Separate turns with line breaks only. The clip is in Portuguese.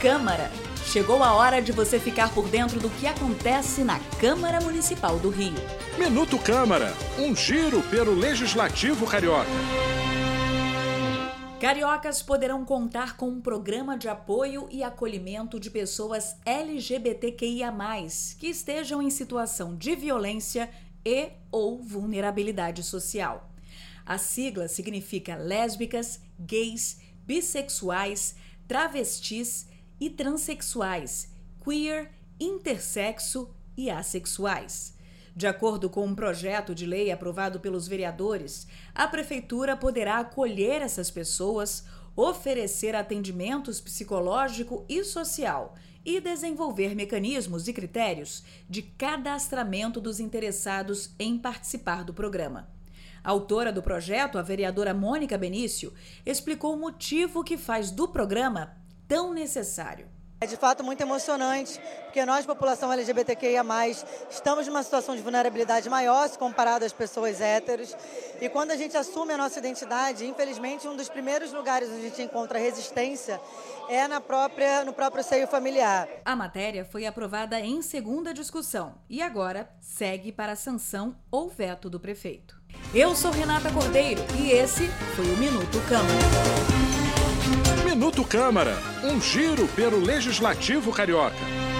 Câmara. Chegou a hora de você ficar por dentro do que acontece na Câmara Municipal do Rio.
Minuto Câmara, um giro pelo Legislativo Carioca.
Cariocas poderão contar com um programa de apoio e acolhimento de pessoas LGBTQIA+, que estejam em situação de violência e ou vulnerabilidade social. A sigla significa lésbicas, gays, bissexuais, travestis e transexuais, queer, intersexo e assexuais. De acordo com um projeto de lei aprovado pelos vereadores, a Prefeitura poderá acolher essas pessoas, oferecer atendimentos psicológico e social e desenvolver mecanismos e critérios de cadastramento dos interessados em participar do programa. A autora do projeto, a vereadora Mônica Benício, explicou o motivo que faz do programa tão necessário.
É de fato muito emocionante, porque nós, população LGBTQIA+, estamos numa situação de vulnerabilidade maior se comparado às pessoas héteros. E quando a gente assume a nossa identidade, infelizmente, um dos primeiros lugares onde a gente encontra resistência é no próprio seio familiar.
A matéria foi aprovada em segunda discussão e agora segue para a sanção ou veto do prefeito. Eu sou Renata Cordeiro e esse foi o Minuto Câmara.
Minuto Câmara, um giro pelo Legislativo Carioca.